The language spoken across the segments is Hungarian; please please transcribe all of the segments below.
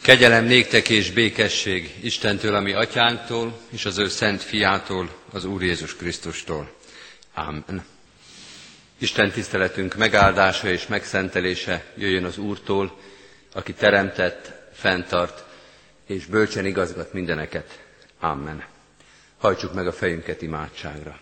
Kegyelem néktek és békesség Istentől, a mi atyánktól, és az ő szent fiától, az Úr Jézus Krisztustól. Ámen. Isten tiszteletünk megáldása és megszentelése jöjjön az Úrtól, aki teremtett, fenntart, és bölcsen igazgat mindeneket. Amen. Hajtsuk meg a fejünket imádságra.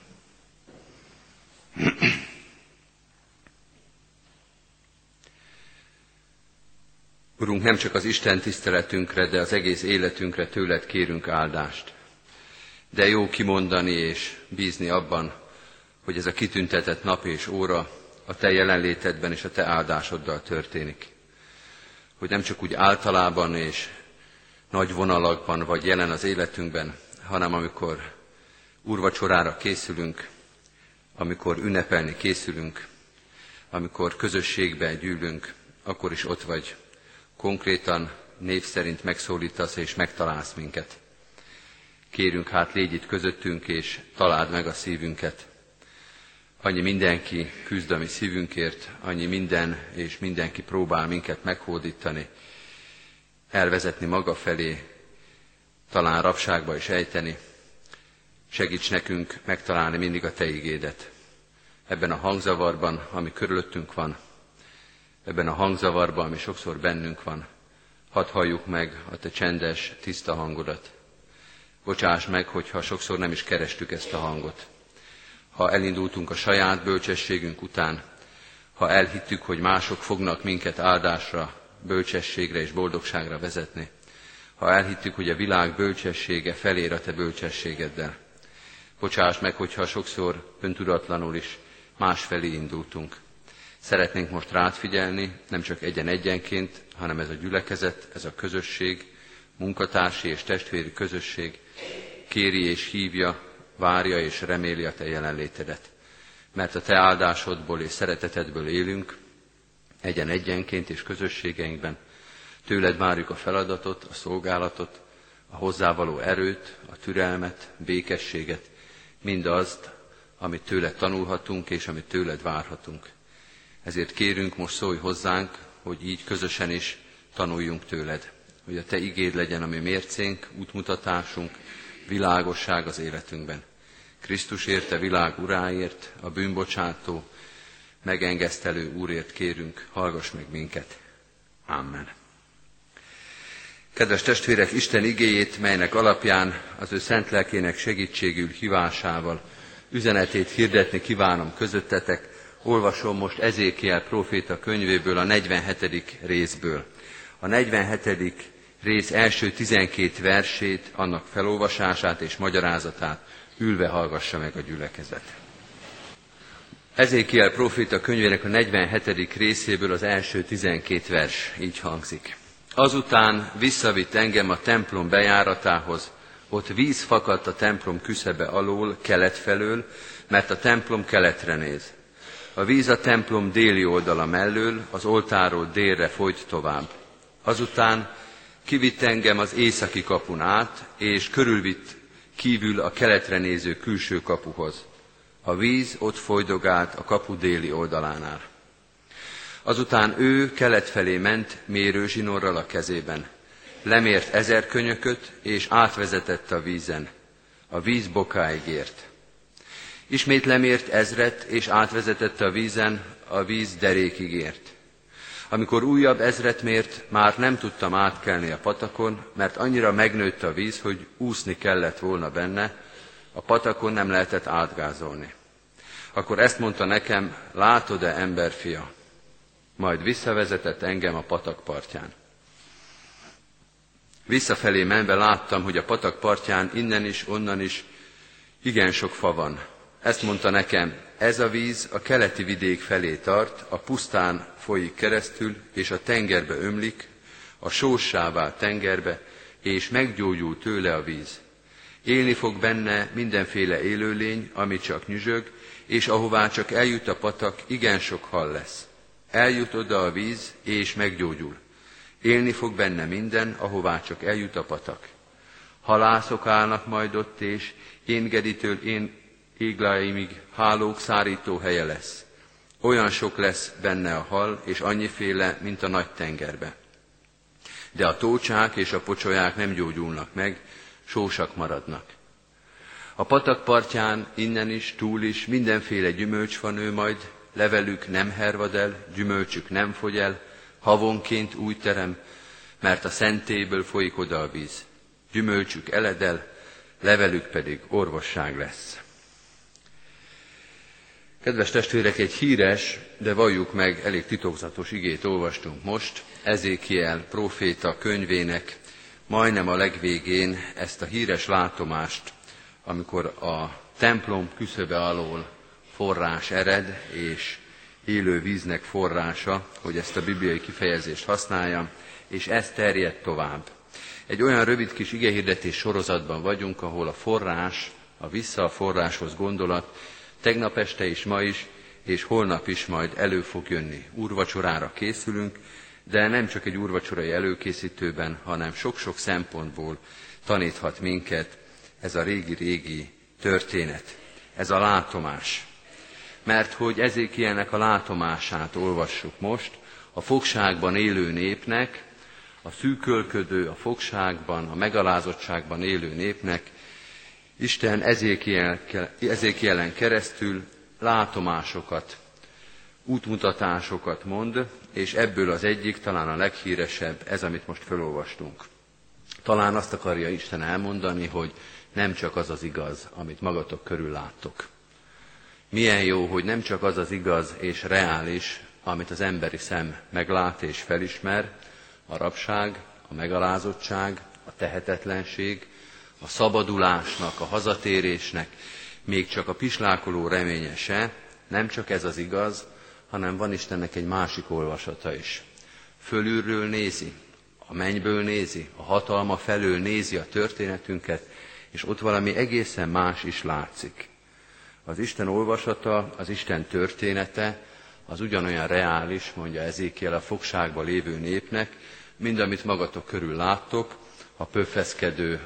Urunk, nem csak az Isten tiszteletünkre, de az egész életünkre tőled kérünk áldást. De jó kimondani és bízni abban, hogy ez a kitüntetett nap és óra a te jelenlétedben és a te áldásoddal történik. Hogy nem csak úgy általában és nagy vonalakban vagy jelen az életünkben, hanem amikor úrvacsorára készülünk, amikor ünnepelni készülünk, amikor közösségbe gyűlünk, akkor is ott vagy. Konkrétan név szerint megszólítasz és megtalálsz minket. Kérünk, hát légy itt közöttünk, és találd meg a szívünket. Annyi mindenki küzd a mi szívünkért, annyi minden és mindenki próbál minket meghódítani, elvezetni maga felé, talán rabságba is ejteni. Segíts nekünk megtalálni mindig a te igédet. Ebben a hangzavarban, ami körülöttünk van, ebben a hangzavarban, ami sokszor bennünk van, hadd halljuk meg a te csendes, tiszta hangodat. Bocsáss meg, hogyha sokszor nem is kerestük ezt a hangot. Ha elindultunk a saját bölcsességünk után, ha elhittük, hogy mások fognak minket áldásra, bölcsességre és boldogságra vezetni, ha elhittük, hogy a világ bölcsessége felér a te bölcsességeddel. Bocsáss meg, hogyha sokszor öntudatlanul is másfelé indultunk. Szeretnénk most rád figyelni, nem csak egyen-egyenként, hanem ez a gyülekezet, ez a közösség, munkatársi és testvéri közösség kéri és hívja, várja és reméli a te jelenlétedet. Mert a te áldásodból és szeretetedből élünk, egyen-egyenként és közösségeinkben. Tőled várjuk a feladatot, a szolgálatot, a hozzávaló erőt, a türelmet, békességet, mindazt, amit tőled tanulhatunk és amit tőled várhatunk. Ezért kérünk, most szólj hozzánk, hogy így közösen is tanuljunk tőled. Hogy a te igéd legyen a mi mércénk, útmutatásunk, világosság az életünkben. Krisztusért, a világ uráért, a bűnbocsátó, megengesztelő Úrért kérünk, hallgass meg minket. Amen. Kedves testvérek, Isten igéjét, melynek alapján az ő szent lelkének segítségül hívásával üzenetét hirdetni kívánom közöttetek, olvasom most Ezékiel próféta könyvéből, a 47. részből. A 47. rész első 12 versét, annak felolvasását és magyarázatát ülve hallgassa meg a gyülekezet. Ezékiel próféta könyvének a 47. részéből az első 12 vers így hangzik. Azután visszavitt engem a templom bejáratához, ott víz fakadt a templom küszöbe alól, kelet felől, mert a templom keletre néz. A víz a templom déli oldala mellől, az oltáról délre folyt tovább. Azután kivitt engem az északi kapun át, és körülvitt kívül a keletre néző külső kapuhoz. A víz ott folydogált a kapu déli oldalánál. Azután ő kelet felé ment mérőzsinorral a kezében. Lemért 1000 könyököt, és átvezetett a vízen. A víz bokáig ért. Ismét lemért 1000-et, és átvezetett a vízen, a víz derékig ért. Amikor újabb 1000-et mért, már nem tudtam átkelni a patakon, mert annyira megnőtt a víz, hogy úszni kellett volna benne, a patakon nem lehetett átgázolni. Akkor ezt mondta nekem, látod-e, emberfia? Majd visszavezetett engem a patak partján. Visszafelé menve láttam, hogy a patak partján innen is, onnan is igen sok fa van. Ezt mondta nekem, ez a víz a keleti vidék felé tart, a pusztán folyik keresztül, és a tengerbe ömlik, a sóssá vált tengerbe, és meggyógyul tőle a víz. Élni fog benne mindenféle élőlény, ami csak nyüzsög, és ahová csak eljut a patak, igen sok hal lesz. Eljut oda a víz, és meggyógyul. Élni fog benne minden, ahová csak eljut a patak. Halászok állnak majd ott, és Én-Geditől Égláimig hálók szárító helye lesz. Olyan sok lesz benne a hal, és annyiféle, mint a nagy tengerbe. De a tócsák és a pocsolyák nem gyógyulnak meg, sósak maradnak. A patak partján innen is, túl is mindenféle gyümölcsfa nő majd, levelük nem hervad el, gyümölcsük nem fogy el, havonként új terem, mert a szentélyből folyik oda a víz. Gyümölcsük eledel, levelük pedig orvosság lesz. Kedves testvérek, egy híres, de valljuk meg, elég titokzatos igét olvastunk most, Ezékiel próféta könyvének majdnem a legvégén ezt a híres látomást, amikor a templom küszöbe alól forrás ered, és élő víznek forrása, hogy ezt a bibliai kifejezést használjam, és ez terjed tovább. Egy olyan rövid kis igehirdetés sorozatban vagyunk, ahol a forrás, a vissza a forráshoz gondolat tegnap este is, ma is, és holnap is majd elő fog jönni. Úrvacsorára készülünk, de nem csak egy úrvacsorai előkészítőben, hanem sok-sok szempontból taníthat minket ez a régi-régi történet, ez a látomás. Mert hogy Ezékielnek a látomását olvassuk most, a fogságban élő népnek, a szűkölködő, a fogságban, a megalázottságban élő népnek Isten Ezékielen keresztül látomásokat, útmutatásokat mond, és ebből az egyik, talán a leghíresebb, ez, amit most felolvastunk. Talán azt akarja Isten elmondani, hogy nem csak az az igaz, amit magatok körül láttok. Milyen jó, hogy nem csak az az igaz és reális, amit az emberi szem meglát és felismer, a rabság, a megalázottság, a tehetetlenség, a szabadulásnak, a hazatérésnek, még csak a pislákoló reménye se, nem csak ez az igaz, hanem van Istennek egy másik olvasata is. Fölülről nézi, a mennyből nézi, a hatalma felől nézi a történetünket, és ott valami egészen más is látszik. Az Isten olvasata, az Isten története, az ugyanolyan reális, mondja Ezékiel a fogságban lévő népnek, mind amit magatok körül láttok, a pöffeszkedő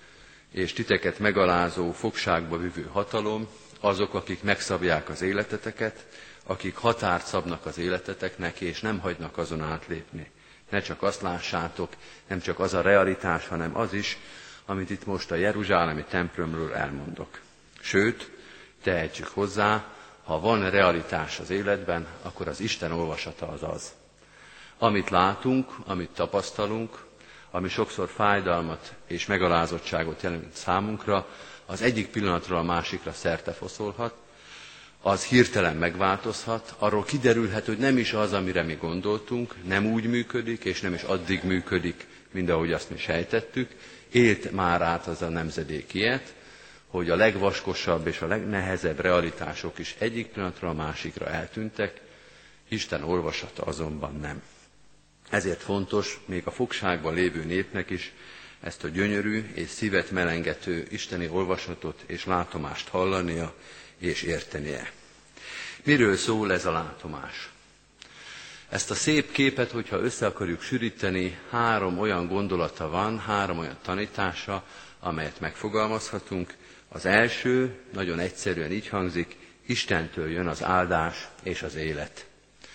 és titeket megalázó fogságba vivő hatalom, azok, akik megszabják az életeteket, akik határt szabnak az életeteknek, és nem hagynak azon átlépni. Ne csak azt lássátok, nem csak az a realitás, hanem az is, amit itt most a jeruzsálemi templomról elmondok. Sőt, tehetjük hozzá, ha van realitás az életben, akkor az Isten olvasata az az. Amit látunk, amit tapasztalunk, ami sokszor fájdalmat és megalázottságot jelent számunkra, az egyik pillanatról a másikra szertefoszolhat, az hirtelen megváltozhat, arról kiderülhet, hogy nem is az, amire mi gondoltunk, nem úgy működik, és nem is addig működik, mint ahogy azt mi sejtettük. Élt már át az a nemzedék ilyet, hogy a legvaskosabb és a legnehezebb realitások is egyik pillanatra a másikra eltűntek, Isten olvasata azonban nem. Ezért fontos még a fogságban lévő népnek is ezt a gyönyörű és szívet melengető isteni olvasatot és látomást hallania és értenie. Miről szól ez a látomás? Ezt a szép képet, hogyha össze akarjuk sűríteni, 3 olyan gondolata van, 3 olyan tanítása, amelyet megfogalmazhatunk. Az első, nagyon egyszerűen így hangzik, Istentől jön az áldás és az élet.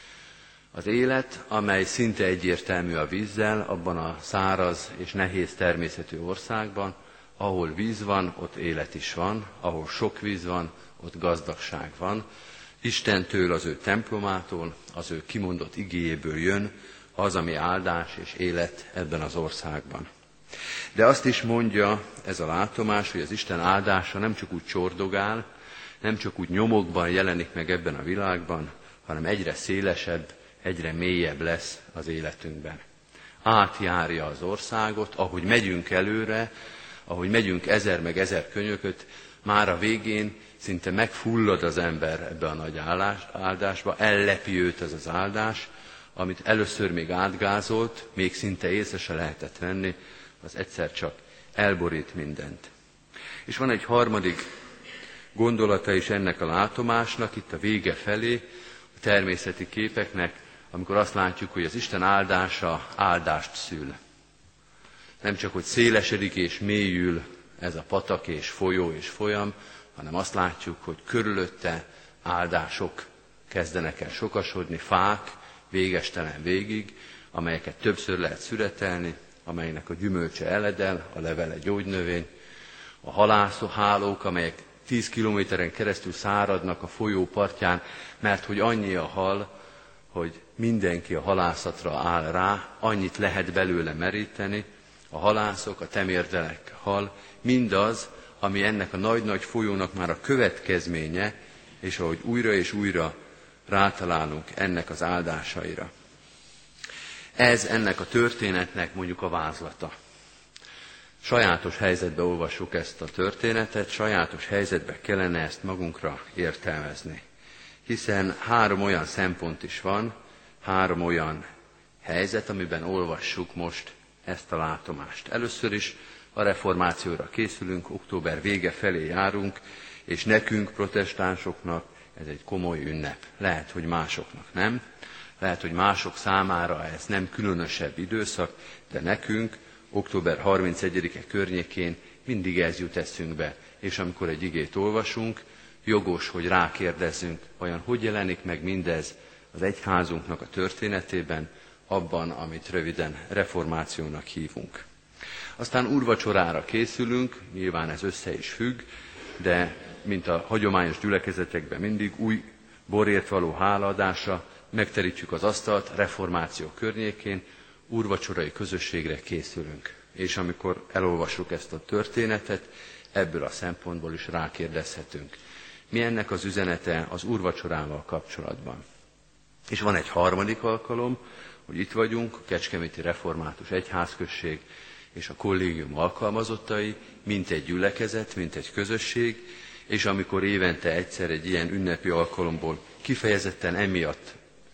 Az élet, amely szinte egyértelmű a vízzel, abban a száraz és nehéz természetű országban, ahol víz van, ott élet is van, ahol sok víz van, ott gazdagság van. Istentől, az ő templomától, az ő kimondott igéjéből jön az, ami áldás és élet ebben az országban. De azt is mondja ez a látomás, hogy az Isten áldása nem csak úgy csordogál, nem csak úgy nyomokban jelenik meg ebben a világban, hanem egyre szélesebb, egyre mélyebb lesz az életünkben. Átjárja az országot, ahogy megyünk előre, ahogy megyünk 1000 meg 1000 könyököt, már a végén szinte megfullad az ember ebbe a nagy áldásba, ellepi őt ez az áldás, amit először még átgázolt, még szinte észre se lehetett venni, az egyszer csak elborít mindent. És van egy harmadik gondolata is ennek a látomásnak, itt a vége felé, a természeti képeknek, amikor azt látjuk, hogy az Isten áldása áldást szül. Nem csak, hogy szélesedik és mélyül ez a patak és folyó és folyam, hanem azt látjuk, hogy körülötte áldások kezdenek el sokasodni, fák végestelen végig, amelyeket többször lehet szüretelni, amelynek a gyümölcse eledel, a levele gyógynövény, a halászhálók, amelyek 10 kilométeren keresztül száradnak a folyó partján, mert hogy annyi a hal, hogy mindenki a halászatra áll rá, annyit lehet belőle meríteni, a halászok, a temérdelek hal, mindaz, ami ennek a nagy-nagy folyónak már a következménye, és ahogy újra és újra rátalálunk ennek az áldásaira. Ez ennek a történetnek mondjuk a vázlata. Sajátos helyzetbe olvassuk ezt a történetet, sajátos helyzetbe kellene ezt magunkra értelmezni. Hiszen 3 olyan szempont is van, 3 olyan helyzet, amiben olvassuk most ezt a látomást. Először is a reformációra készülünk, október vége felé járunk, és nekünk, protestánsoknak ez egy komoly ünnep. Lehet, hogy másoknak nem, lehet, hogy mások számára ez nem különösebb időszak, de nekünk október 31-e környékén mindig ez jut eszünkbe, és amikor egy igét olvasunk, jogos, hogy rákérdezzünk, vajon hogy jelenik meg mindez az egyházunknak a történetében, abban, amit röviden reformációnak hívunk. Aztán úrvacsorára készülünk, nyilván ez össze is függ, de mint a hagyományos gyülekezetekben mindig új borért való hálaadásra megterítjük az asztalt reformáció környékén, úrvacsorai közösségre készülünk. És amikor elolvassuk ezt a történetet, ebből a szempontból is rákérdezhetünk. Mi ennek az üzenete az úrvacsorával kapcsolatban? És van egy harmadik alkalom, hogy itt vagyunk, a Kecskeméti Református Egyházközség és a kollégium alkalmazottai, mint egy gyülekezet, mint egy közösség, és amikor évente egyszer egy ilyen ünnepi alkalomból kifejezetten emiatt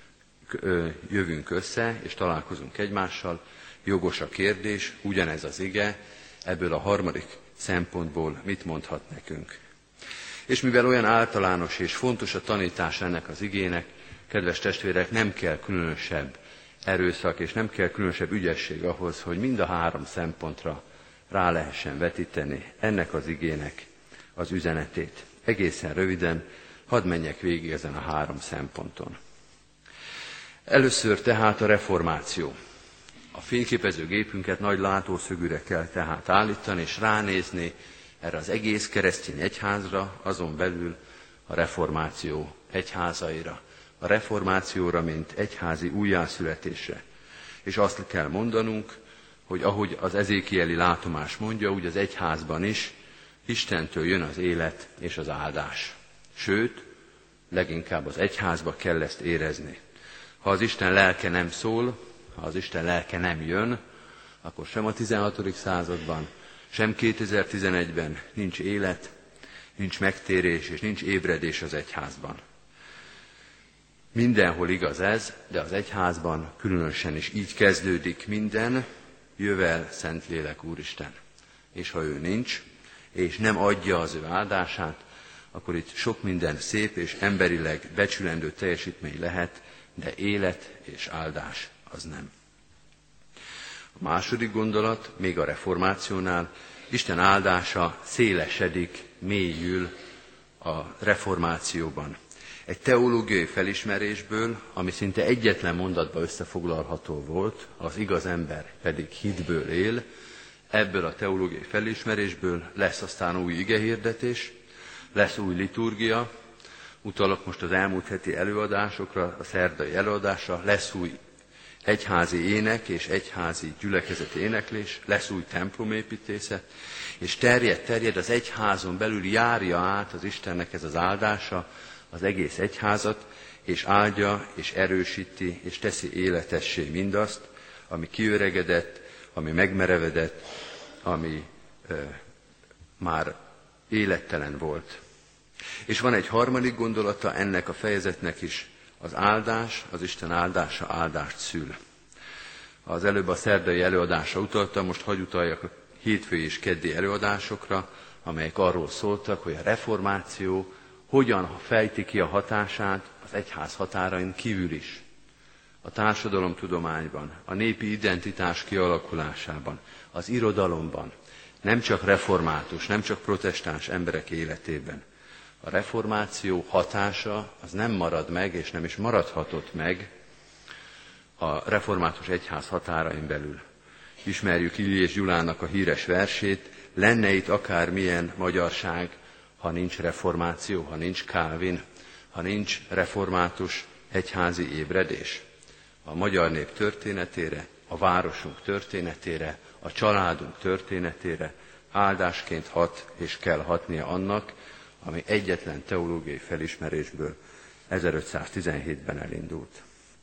jövünk össze, és találkozunk egymással, jogos a kérdés, ugyanez az ige, ebből a harmadik szempontból mit mondhat nekünk. És mivel olyan általános és fontos a tanítás ennek az igének, kedves testvérek, nem kell különösebb erőszak, és nem kell különösebb ügyesség ahhoz, hogy mind a 3 szempontra rá lehessen vetíteni ennek az igének az üzenetét. Egészen röviden, hadd menjek végig ezen a 3 szemponton. Először tehát a reformáció. A fényképezőgépünket nagy látószögűre kell tehát állítani, és ránézni erre az egész keresztény egyházra, azon belül a reformáció egyházaira. A reformációra, mint egyházi újjászületésre. És azt kell mondanunk, hogy ahogy az ezékieli látomás mondja, úgy az egyházban is Istentől jön az élet és az áldás. Sőt, leginkább az egyházba kell ezt érezni. Ha az Isten lelke nem szól, ha az Isten lelke nem jön, akkor sem a 16. században, sem 2011-ben nincs élet, nincs megtérés és nincs ébredés az egyházban. Mindenhol igaz ez, de az egyházban különösen is így kezdődik minden, jövel Szentlélek Úristen. És ha ő nincs, és nem adja az ő áldását, akkor itt sok minden szép és emberileg becsülendő teljesítmény lehet, de élet és áldás az nem. A második gondolat, még a reformációnál, Isten áldása szélesedik, mélyül a reformációban. Egy teológiai felismerésből, ami szinte egyetlen mondatba összefoglalható volt, az igaz ember pedig hitből él, ebből a teológiai felismerésből lesz aztán új igehirdetés, lesz új liturgia, utalok most az elmúlt heti előadásokra, a szerdai előadásra, lesz új egyházi ének és egyházi gyülekezeti éneklés, lesz új templomépítészet, és terjed az egyházon belül, járja át az Istennek ez az áldása az egész egyházat, és áldja, és erősíti, és teszi életessé mindazt, ami kiöregedett, ami megmerevedett, ami már élettelen volt. És van egy harmadik gondolata ennek a fejezetnek is, az áldás, az Isten áldása áldást szül. Az előbb a szerdai előadásra utaltam, most hadd utaljak a hétfői és keddi előadásokra, amelyek arról szóltak, hogy a reformáció hogyan fejti ki a hatását az egyház határain kívül is. A társadalomtudományban, a népi identitás kialakulásában, az irodalomban, nem csak református, nem csak protestáns emberek életében. A reformáció hatása az nem marad meg, és nem is maradhatott meg a református egyház határain belül. Ismerjük Illés Gyulának a híres versét, lenne itt akármilyen magyarság, ha nincs reformáció, ha nincs Calvin, ha nincs református egyházi ébredés. A magyar nép történetére, a városunk történetére, a családunk történetére áldásként hat és kell hatnia annak, ami egyetlen teológiai felismerésből 1517-ben elindult.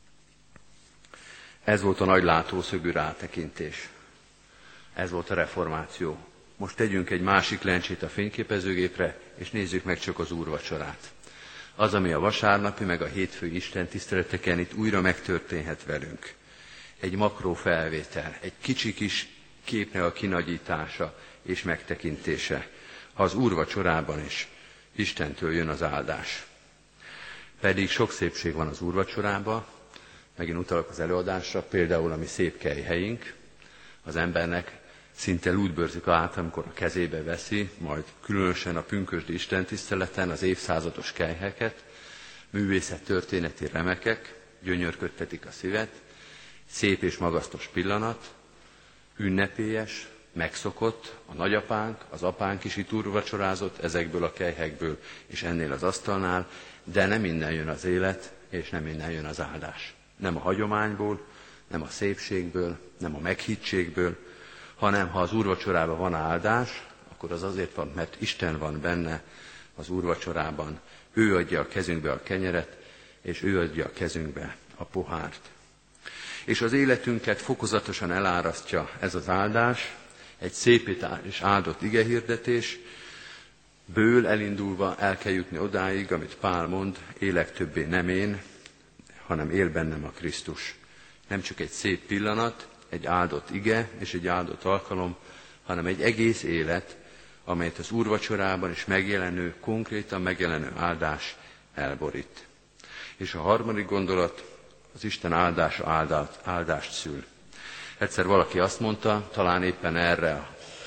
Ez volt a nagy látószögű rátekintés. Ez volt a reformáció. Most tegyünk egy másik lencsét a fényképezőgépre, és nézzük meg csak az úrvacsorát. Az, ami a vasárnapi, meg a hétfői istentiszteleteken itt újra megtörténhet velünk. Egy makró felvétel, egy kicsi kis képnek a kinagyítása és megtekintése. Ha az úrvacsorában is Istentől jön az áldás. Pedig sok szépség van az úrvacsorában, megint utalok az előadásra, például a mi szép kelyhelyünk, az embernek szinte lúdbőrzik át, amikor a kezébe veszi, majd különösen a pünkösdi istentiszteleten az évszázados kelyheket, művészettörténeti remekek, gyönyörködtetik a szívet, szép és magasztos pillanat, ünnepélyes, megszokott, a nagyapánk, az apánk is itt úrvacsorázott ezekből a kelyhekből és ennél az asztalnál, de nem innen jön az élet, és nem innen jön az áldás. Nem a hagyományból, nem a szépségből, nem a meghittségből, hanem ha az úrvacsorában van áldás, akkor az azért van, mert Isten van benne az úrvacsorában. Ő adja a kezünkbe a kenyeret, és ő adja a kezünkbe a pohárt. És az életünket fokozatosan elárasztja ez az áldás, egy szép és áldott igehirdetés, ből elindulva el kell jutni odáig, amit Pál mond, élek többé nem én, hanem él bennem a Krisztus. Nem csak egy szép pillanat, egy áldott ige és egy áldott alkalom, hanem egy egész élet, amelyet az úrvacsorában is megjelenő, konkrétan megjelenő áldás elborít. És a harmadik gondolat, az Isten áldása áldást szül. Egyszer valaki azt mondta, talán éppen erre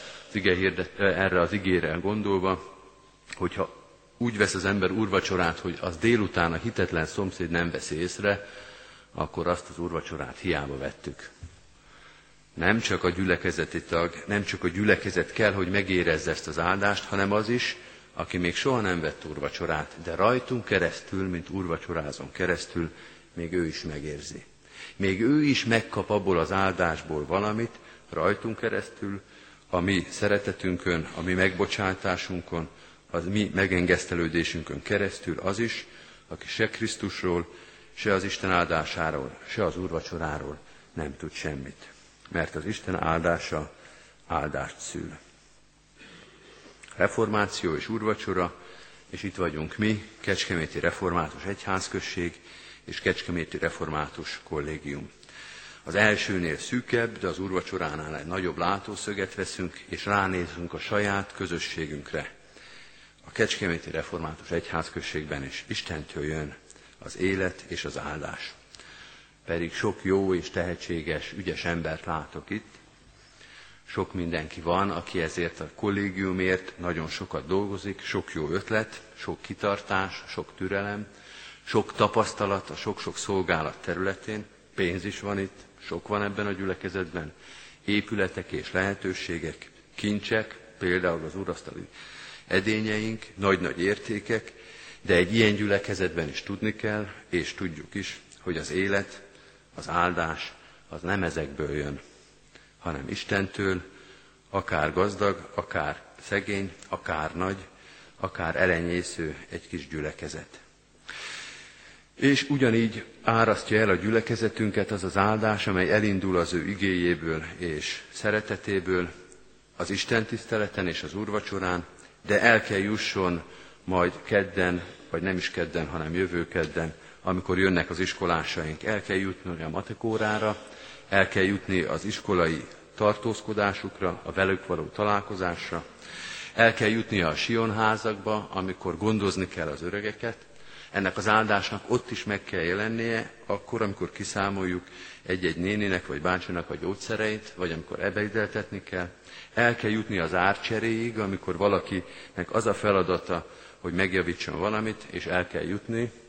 az igére gondolva, hogyha úgy vesz az ember úrvacsorát, hogy az délután a hitetlen szomszéd nem veszi észre, akkor azt az úrvacsorát hiába vettük. Nem csak a gyülekezeti tag, nem csak a gyülekezet kell, hogy megérezze ezt az áldást, hanem az is, aki még soha nem vett úrvacsorát, de rajtunk keresztül, mint úrvacsorázon keresztül, még ő is megérzi. Még ő is megkap abból az áldásból valamit, rajtunk keresztül, a mi szeretetünkön, a mi megbocsátásunkon, az mi megengesztelődésünkön keresztül az is, aki se Krisztusról, se az Isten áldásáról, se az úrvacsoráról nem tud semmit. Mert az Isten áldása áldást szül. Reformáció és úrvacsora, és itt vagyunk mi, Kecskeméti Református Egyházközség és Kecskeméti Református Kollégium. Az elsőnél szűkebb, de az úrvacsoránál egy nagyobb látószöget veszünk, és ránézünk a saját közösségünkre. A Kecskeméti Református Egyházközségben is Istentől jön az élet és az áldás. Pedig sok jó és tehetséges, ügyes embert látok itt. Sok mindenki van, aki ezért a kollégiumért nagyon sokat dolgozik, sok jó ötlet, sok kitartás, sok türelem, sok tapasztalat a sok-sok szolgálat területén. Pénz is van itt, sok van ebben a gyülekezetben, épületek és lehetőségek, kincsek, például az úrasztali edényeink, nagy-nagy értékek, de egy ilyen gyülekezetben is tudni kell, és tudjuk is, hogy az élet, az áldás, az nem ezekből jön, hanem Istentől, akár gazdag, akár szegény, akár nagy, akár elenyésző egy kis gyülekezet. És ugyanígy árasztja el a gyülekezetünket az az áldás, amely elindul az ő igéjéből és szeretetéből, az istentiszteleten és az úrvacsorán, de el kell jusson majd kedden, vagy nem is kedden, hanem jövő kedden, amikor jönnek az iskolásaink. El kell jutni a matekórára, el kell jutni az iskolai tartózkodásukra, a velük való találkozásra, el kell jutni a sionházakba, amikor gondozni kell az öregeket. Ennek az áldásnak ott is meg kell jelennie, akkor, amikor kiszámoljuk egy-egy néninek vagy bácsinak a gyógyszereit, vagy amikor ebédeltetni kell. El kell jutni az árcseréig, amikor valakinek az a feladata, hogy megjavítson valamit, és el kell jutni,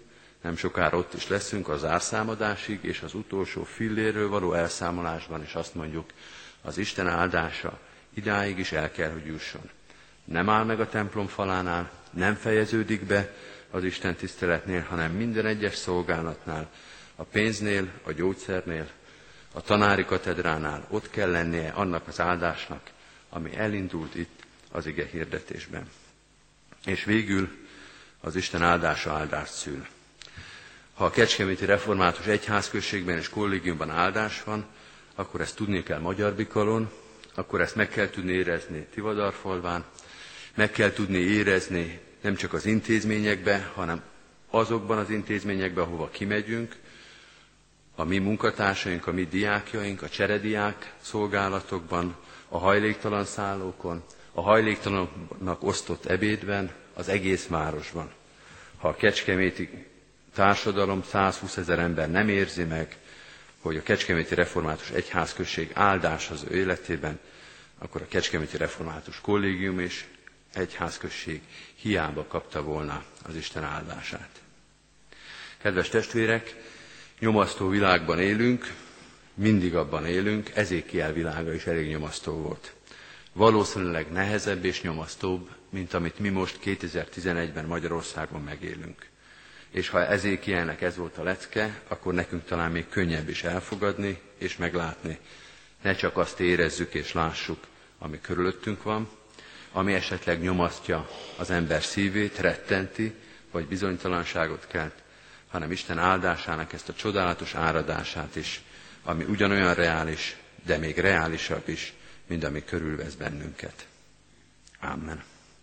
Nem sokára ott is leszünk az zárszámadásig, és az utolsó fillérről való elszámolásban is azt mondjuk, az Isten áldása idáig is el kell, hogy jusson. Nem áll meg a templom falánál, nem fejeződik be az Isten tiszteletnél, hanem minden egyes szolgálatnál, a pénznél, a gyógyszernél, a tanári katedránál ott kell lennie annak az áldásnak, ami elindult itt az ige hirdetésben. És végül az Isten áldása áldást szül. Ha a Kecskeméti Református Egyházközségben és kollégiumban áldás van, akkor ezt tudni kell Magyarbikalon, akkor ezt meg kell tudni érezni Tivadarfalván, meg kell tudni érezni nem csak az intézményekbe, hanem azokban az intézményekben, ahova kimegyünk, a mi munkatársaink, a mi diákjaink, a cserediák szolgálatokban, a hajléktalan szállókon, a hajléktalannak osztott ebédben, az egész városban. Ha a kecskeméti társadalom 120 000 ember nem érzi meg, hogy a Kecskeméti Református Egyházközség áldás az ő életében, akkor a Kecskeméti Református Kollégium és Egyházközség hiába kapta volna az Isten áldását. Kedves testvérek, nyomasztó világban élünk, mindig abban élünk, Ezékiel világa is elég nyomasztó volt. Valószínűleg nehezebb és nyomasztóbb, mint amit mi most 2011-ben Magyarországon megélünk. És ha Ezékielnek ez volt a lecke, akkor nekünk talán még könnyebb is elfogadni és meglátni. Ne csak azt érezzük és lássuk, ami körülöttünk van, ami esetleg nyomasztja az ember szívét, rettenti, vagy bizonytalanságot kelt, hanem Isten áldásának ezt a csodálatos áradását is, ami ugyanolyan reális, de még reálisabb is, mint ami körülvesz bennünket. Amen.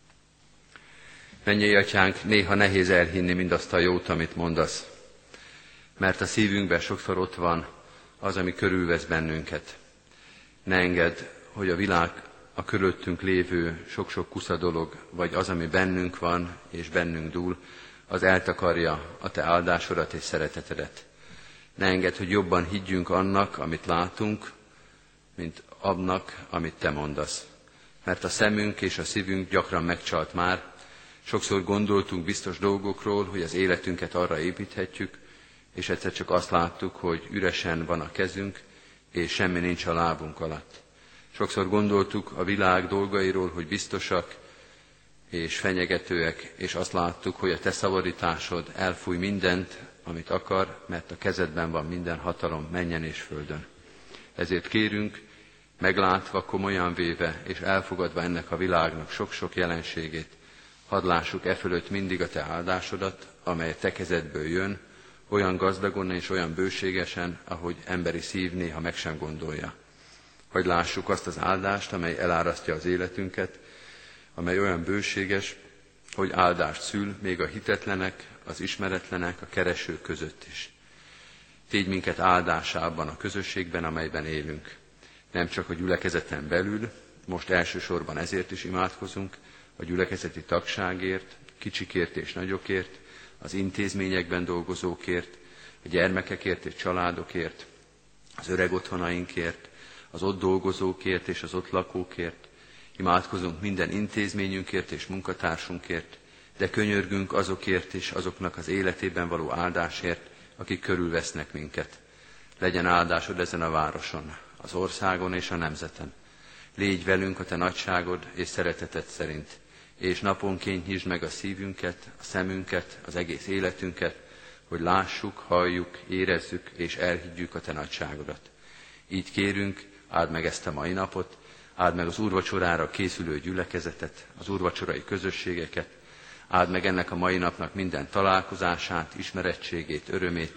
Mennyei Atyánk, néha nehéz elhinni mindazt a jót, amit mondasz, mert a szívünkben sokszor ott van az, ami körülvesz bennünket. Ne engedd, hogy a világ, a körülöttünk lévő sok-sok kusza dolog, vagy az, ami bennünk van és bennünk dúl, az eltakarja a Te áldásodat és szeretetedet. Ne engedd, hogy jobban higgyünk annak, amit látunk, mint annak, amit Te mondasz. Mert a szemünk és a szívünk gyakran megcsalt már, sokszor gondoltunk biztos dolgokról, hogy az életünket arra építhetjük, és egyszer csak azt láttuk, hogy üresen van a kezünk, és semmi nincs a lábunk alatt. Sokszor gondoltuk a világ dolgairól, hogy biztosak és fenyegetőek, és azt láttuk, hogy a Te szabadításod elfúj mindent, amit akar, mert a kezedben van minden hatalom mennyen és földön. Ezért kérünk, meglátva, komolyan véve és elfogadva ennek a világnak sok-sok jelenségét, hadd lássuk e fölött mindig a Te áldásodat, amely Te kezedből jön, olyan gazdagon és olyan bőségesen, ahogy emberi szív néha meg sem gondolja. Hogy lássuk azt az áldást, amely elárasztja az életünket, amely olyan bőséges, hogy áldást szül még a hitetlenek, az ismeretlenek, a keresők között is. Tégy minket áldásában a közösségben, amelyben élünk. Nem csak a gyülekezeten belül, most elsősorban ezért is imádkozunk, a gyülekezeti tagságért, kicsikért és nagyokért, az intézményekben dolgozókért, a gyermekekért és családokért, az öreg otthonainkért, az ott dolgozókért és az ott lakókért. Imádkozunk minden intézményünkért és munkatársunkért, de könyörgünk azokért is, azoknak az életében való áldásért, akik körülvesznek minket. Legyen áldásod ezen a városon, az országon és a nemzeten. Légy velünk a Te nagyságod és szereteted szerint, és naponként nyisd meg a szívünket, a szemünket, az egész életünket, hogy lássuk, halljuk, érezzük és elhiggyük a Te nagyságodat. Így kérünk, áld meg ezt a mai napot, áld meg az úrvacsorára készülő gyülekezetet, az úrvacsorai közösségeket, áld meg ennek a mai napnak minden találkozását, ismerettségét, örömét,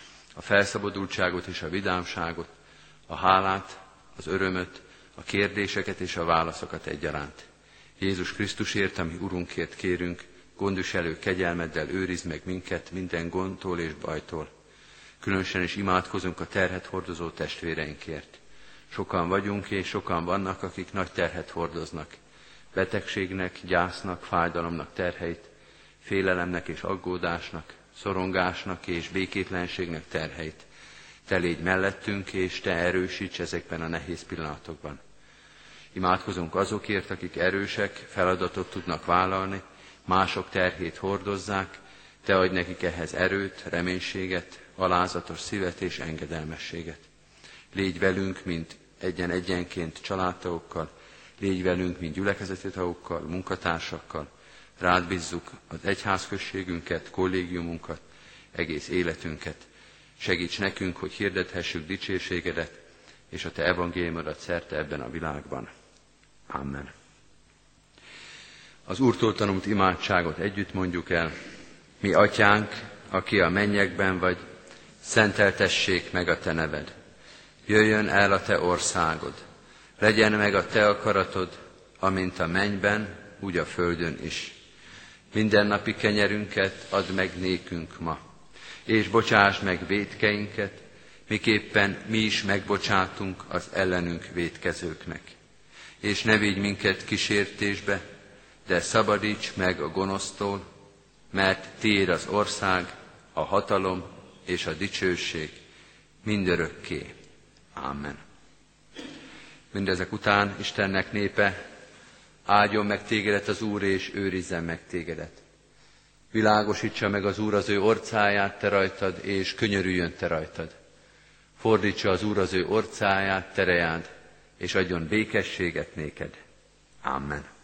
a felszabadultságot és a vidámságot, a hálát, az örömöt, a kérdéseket és a válaszokat egyaránt. Jézus Krisztusért, ami Urunkért kérünk, gondviselő kegyelmeddel őrizd meg minket minden gondtól és bajtól. Különösen is imádkozunk a terhet hordozó testvéreinkért. Sokan vagyunk és sokan vannak, akik nagy terhet hordoznak. Betegségnek, gyásznak, fájdalomnak terheit, félelemnek és aggódásnak, szorongásnak és békétlenségnek terheit. Te légy mellettünk, és Te erősíts ezekben a nehéz pillanatokban. Imádkozunk azokért, akik erősek, feladatot tudnak vállalni, mások terhét hordozzák, Te adj nekik ehhez erőt, reménységet, alázatos szívet és engedelmességet. Légy velünk, mint egyenként családtagokkal, légy velünk, mint gyülekezeti tagokkal, munkatársakkal. Rád bízzuk az egyházközségünket, kollégiumunkat, egész életünket. Segíts nekünk, hogy hirdethessük dicsőségedet és a Te evangéliumodat szerte ebben a világban. Amen. Az Úrtól tanult imádságot együtt mondjuk el. Mi atyánk, aki a mennyekben vagy, szenteltessék meg a Te neved. Jöjjön el a Te országod. Legyen meg a Te akaratod, amint a mennyben, úgy a földön is. Mindennapi kenyerünket add meg nékünk ma, és bocsásd meg vétkeinket, miképpen mi is megbocsátunk az ellenünk vétkezőknek. És ne vigy minket kísértésbe, de szabadíts meg a gonosztól, mert Tiéd az ország, a hatalom és a dicsőség mindörökké. Amen. Mindezek után Istennek népe, áldjon meg tégedet az Úr, és őrizzen meg tégedet. Világosítsa meg az Úr az ő orcáját te rajtad, és könyörüljön te rajtad. Fordítsa az Úr az ő orcáját te reád, és adjon békességet néked. Amen.